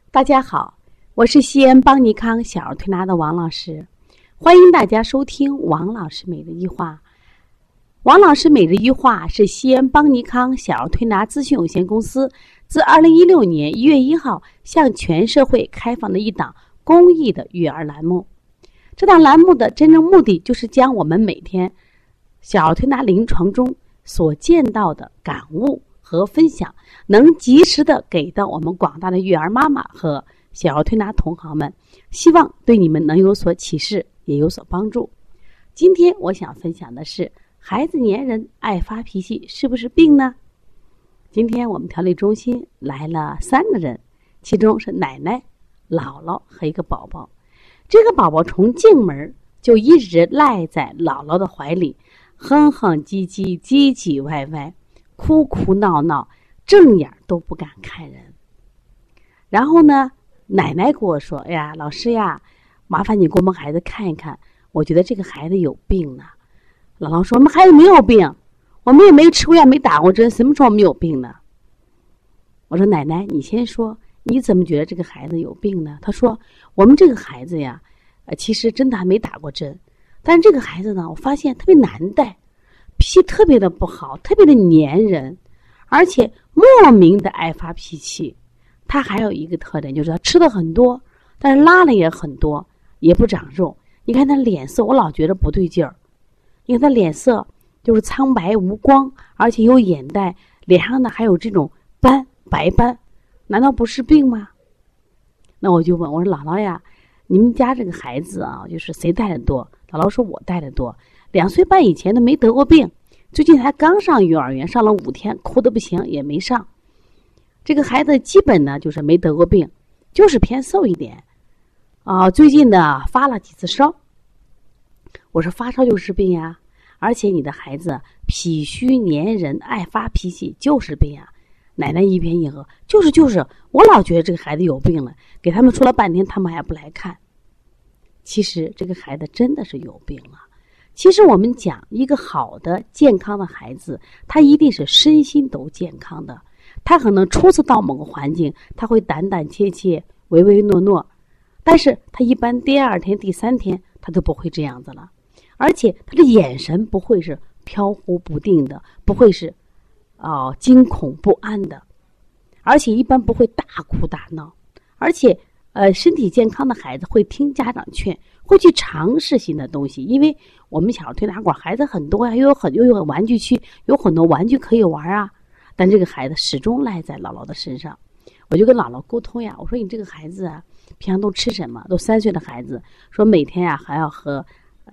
大家好，我是西安邦尼康小儿推拿的王老师，欢迎大家收听王老师每日一话。王老师每日一话是西安邦尼康小儿推拿咨询有限公司自2016年1月1号向全社会开放的一档公益的育儿栏目。这档栏目的真正目的就是将我们每天小儿推拿临床中所见到的感悟和分享，能及时的给到我们广大的育儿妈妈和小儿推拿同行们，希望对你们能有所启示，也有所帮助。今天我想分享的是，孩子粘人爱发脾气是不是病呢？今天我们调理中心来了3个人，其中是奶奶、姥姥和一个宝宝。这个宝宝从进门就一直赖在姥姥的怀里，哼哼唧唧，唧唧歪歪，哭哭闹闹，正眼都不敢看人。然后呢，奶奶跟我说：“哎呀，老师呀，麻烦你给我们孩子看一看，我觉得这个孩子有病呢。”姥姥说：“我们孩子没有病，我们也没吃过药，没打过针，什么时候我们有病呢？”我说：“奶奶，你先说，你怎么觉得这个孩子有病呢？”她说：“我们这个孩子呀，其实真的还没打过针，但是这个孩子呢，我发现特别难带。脾气特别的不好，特别的粘人，而且莫名的爱发脾气。他还有一个特点，就是他吃的很多，但是拉的也很多，也不长肉。你看他脸色，我老觉得不对劲儿。你看他脸色就是苍白无光，而且有眼袋，脸上呢还有这种斑，白斑，难道不是病吗？”那我就问我说：“姥姥呀，你们家这个孩子啊，就是谁带的多？”姥姥说：“我带的多。2岁半以前都没得过病，最近才刚上幼儿园，上了5天，哭得不行，也没上。这个孩子基本呢就是没得过病，就是偏瘦一点最近呢发了几次烧。”我说：“发烧就是病呀，而且你的孩子脾虚粘人，爱发脾气就是病呀。”奶奶一边一喝：“就是，我老觉得这个孩子有病了，给他们说了半天，他们还不来看。其实这个孩子真的是有病了。其实我们讲一个好的健康的孩子，他一定是身心都健康的。他可能初次到某个环境，他会胆胆怯怯，唯唯诺诺，但是他一般第2天第3天他都不会这样子了，而且他的眼神不会是飘忽不定的，不会是惊恐不安的，而且一般不会大哭大闹，而且身体健康的孩子会听家长劝，会去尝试新的东西。因为我们小儿推拿馆孩子很多呀，又有玩具区，有很多玩具可以玩啊，但这个孩子始终赖在姥姥的身上。我就跟姥姥沟通呀，我说：“你这个孩子啊，平常都吃什么？都3岁的孩子，说每天呀还要喝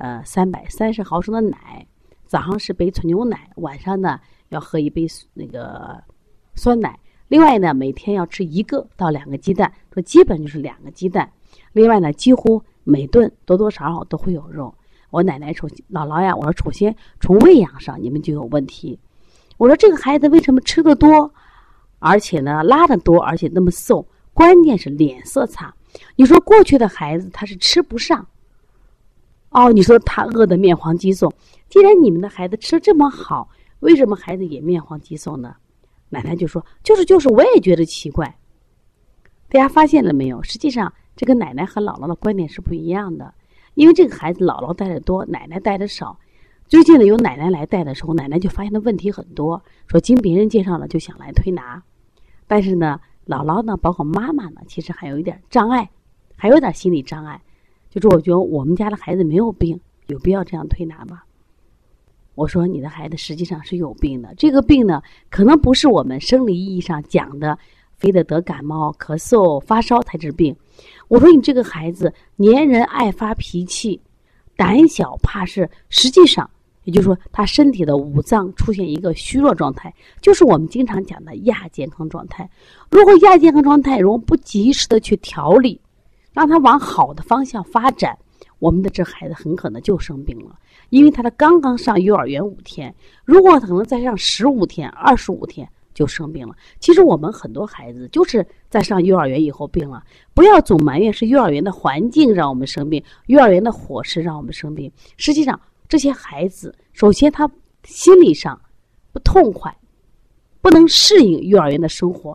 330毫升的奶，早上是杯纯牛奶，晚上呢要喝1杯那个酸奶。另外呢，每天要吃1个到2个鸡蛋，说基本就是2个鸡蛋。另外呢，几乎每顿多多少少都会有肉。”我奶奶说：“姥姥呀，我说首先从喂养上你们就有问题。我说这个孩子为什么吃得多，而且呢拉得多，而且那么瘦？关键是脸色差。你说过去的孩子他是吃不上，你说他饿得面黄肌瘦。既然你们的孩子吃这么好，为什么孩子也面黄肌瘦呢？”奶奶就说：“就是，我也觉得奇怪。”大家发现了没有？实际上这个奶奶和姥姥的观点是不一样的。因为这个孩子姥姥带的多，奶奶带的少。最近呢，有奶奶来带的时候，奶奶就发现的问题很多，说经别人介绍了就想来推拿。但是呢，姥姥呢，包括妈妈呢，其实还有一点障碍，还有点心理障碍。就是我觉得我们家的孩子没有病，有必要这样推拿吗？我说你的孩子实际上是有病的，这个病呢，可能不是我们生理意义上讲的非得得感冒、咳嗽、发烧才治病。我说你这个孩子粘人爱发脾气，胆小怕事，实际上也就是说他身体的5脏出现一个虚弱状态，就是我们经常讲的亚健康状态。如果亚健康状态如果不及时的去调理，让他往好的方向发展，我们的这孩子很可能就生病了。因为他刚刚上幼儿园5天，如果可能再上15天、25天就生病了。其实我们很多孩子就是在上幼儿园以后病了，不要总埋怨是幼儿园的环境让我们生病，幼儿园的伙食让我们生病。实际上这些孩子首先他心理上不痛快，不能适应幼儿园的生活，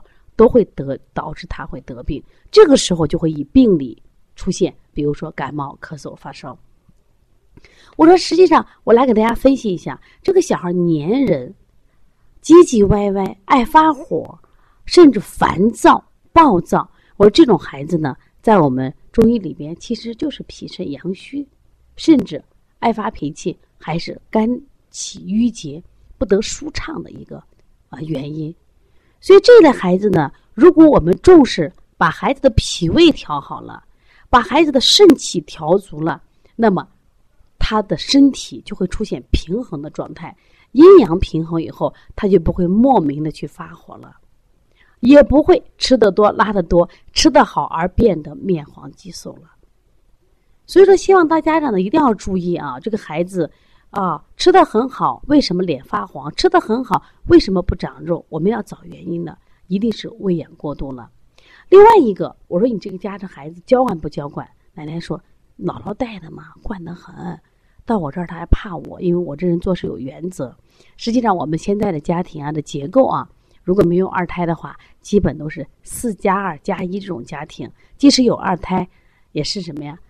都会导致他会得病。这个时候就会以病理出现，比如说感冒、咳嗽、发烧。我说实际上我来给大家分析一下，这个小孩粘人、唧唧歪歪、爱发火，甚至烦躁、暴躁。我说这种孩子呢，在我们中医里边其实就是脾肾阳虚，甚至爱发脾气，还是肝气郁结不得舒畅的一个原因。所以这类孩子呢，如果我们重视把孩子的脾胃调好了，把孩子的肾气调足了，那么他的身体就会出现平衡的状态，阴阳平衡以后，他就不会莫名的去发火了，也不会吃得多拉得多，吃得好而变得面黄肌瘦了。所以说希望大家长呢一定要注意啊，这个孩子吃得很好，为什么脸发黄？吃得很好，为什么不长肉？我们要找原因的，一定是喂养过度了。另外一个，我说你这个家的孩子娇惯不娇惯？奶奶说姥姥带的嘛，惯得很。到我这儿他还怕我，因为我这人做事有原则。实际上我们现在的家庭的结构如果没有二胎的话，基本都是4+2+1这种家庭，即使有二胎也是什么呀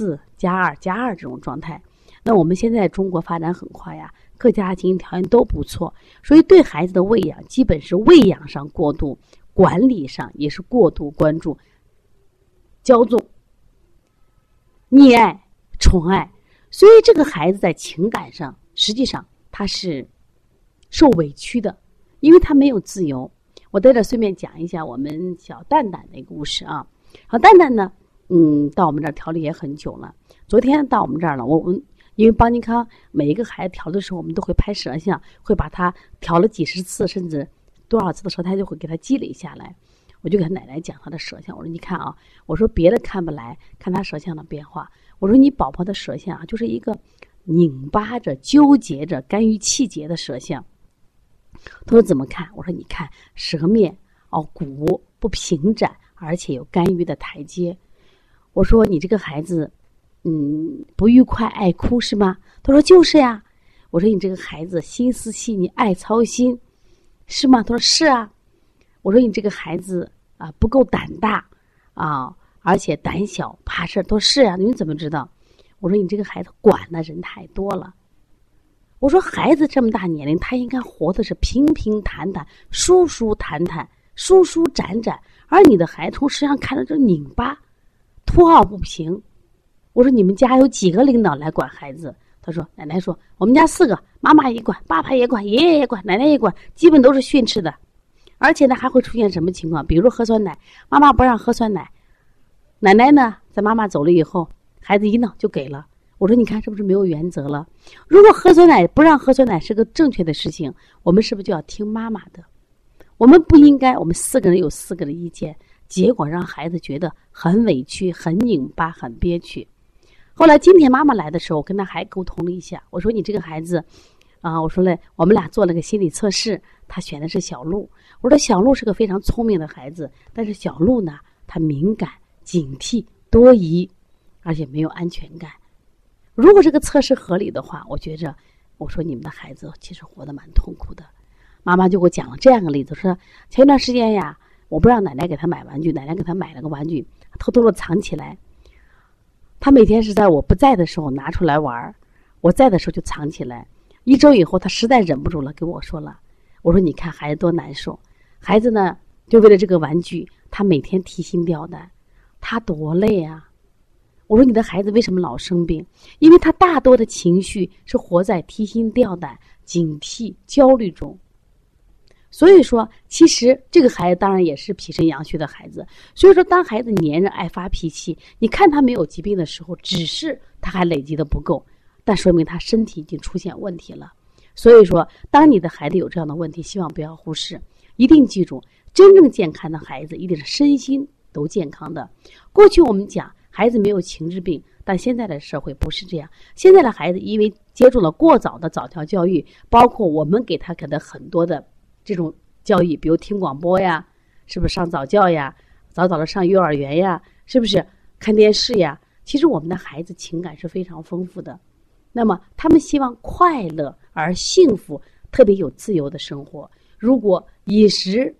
，4+2+2这种状态。那我们现在中国发展很快呀，各家经济条件都不错，所以对孩子的喂养基本是喂养上过度，管理上也是过度关注，骄纵、溺爱、宠爱。所以这个孩子在情感上实际上他是受委屈的，因为他没有自由。我在这顺便讲一下我们小蛋蛋的故事啊。好，蛋蛋呢到我们这儿调理也很久了，昨天到我们这儿了，我们因为邦尼康每一个孩子调的时候，我们都会拍摄像，会把他调了几十次甚至多少次的时候，他就会给他积累下来。我就给他奶奶讲他的舌象，我说你看我说别的看不来，看他舌象的变化。我说你宝宝的舌象就是一个拧巴着、纠结着、肝郁气结的舌象。他说怎么看？我说你看舌面鼓不平展，而且有肝郁的台阶。我说你这个孩子不愉快爱哭是吗？他说就是呀。我说你这个孩子心思细腻爱操心是吗？他说是啊。我说你这个孩子不够胆大而且胆小怕事。他说是啊。你怎么知道？我说你这个孩子管的人太多了。我说孩子这么大年龄，他应该活的是平平坦坦、舒舒坦坦、舒舒展展，而你的孩子从实际上看着这拧巴、凸凹不平。我说你们家有几个领导来管孩子？他说奶奶说我们家4个，妈妈也管，爸爸也管，爷爷也管，奶奶也管，基本都是训斥的。而且呢还会出现什么情况？比如说喝酸奶，妈妈不让喝酸奶，奶奶呢在妈妈走了以后，孩子一闹就给了。我说你看是不是没有原则了？如果喝酸奶不让喝酸奶是个正确的事情，我们是不是就要听妈妈的？我们不应该我们4个人有4个的意见，结果让孩子觉得很委屈、很拧巴、很憋屈。后来今天妈妈来的时候，我跟他还沟通了一下，我说你这个孩子我说嘞，我们俩做了个心理测试，他选的是小鹿。我说小鹿是个非常聪明的孩子，但是小鹿呢，他敏感、警惕、多疑，而且没有安全感。如果这个测试合理的话，我说你们的孩子其实活得蛮痛苦的。妈妈就给我讲了这样个例子，说前一段时间呀，我不让奶奶给他买玩具，奶奶给他买了个玩具，偷偷的藏起来。他每天是在我不在的时候拿出来玩，我在的时候就藏起来。1周以后，他实在忍不住了，跟我说了。我说你看孩子多难受，孩子呢就为了这个玩具，他每天提心吊胆，他多累啊。我说你的孩子为什么老生病？因为他大多的情绪是活在提心吊胆、警惕、焦虑中。所以说其实这个孩子当然也是脾肾阳虚的孩子。所以说当孩子黏人爱发脾气，你看他没有疾病的时候，只是他还累积的不够，但说明他身体已经出现问题了。所以说当你的孩子有这样的问题，希望不要忽视，一定记住，真正健康的孩子一定是身心都健康的。过去我们讲孩子没有情志病，但现在的社会不是这样。现在的孩子因为接触了过早的早教教育，包括我们给的很多的这种教育，比如听广播呀，是不是上早教呀，早早的上幼儿园呀，是不是看电视呀，其实我们的孩子情感是非常丰富的。那么他们希望快乐而幸福，特别有自由的生活。如果饮食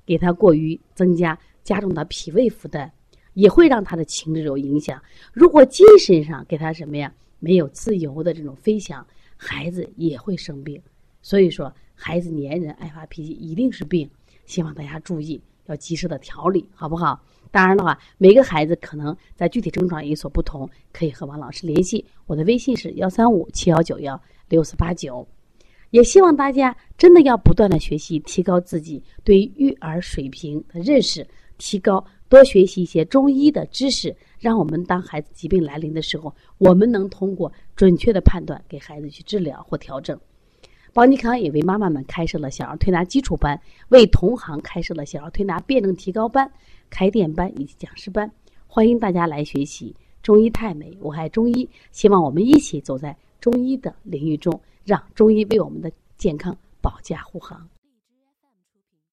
给他过于加重他脾胃负担，也会让他的情志有影响。如果精神上给他什么呀，没有自由的这种飞翔，孩子也会生病。所以说孩子粘人爱发脾气一定是病，希望大家注意，要及时的调理，好不好？当然的话，每个孩子可能在具体症状有所不同，可以和王老师联系，我的微信是13571916489。也希望大家真的要不断的学习，提高自己对育儿水平的认识，多学习一些中医的知识，让我们当孩子疾病来临的时候，我们能通过准确的判断给孩子去治疗或调整。邦尼康也为妈妈们开设了小儿推拿基础班，为同行开设了小儿推拿辩证提高班、开店班以及讲师班，欢迎大家来学习。中医太美，我爱中医，希望我们一起走在中医的领域中，让中医为我们的健康保驾护航。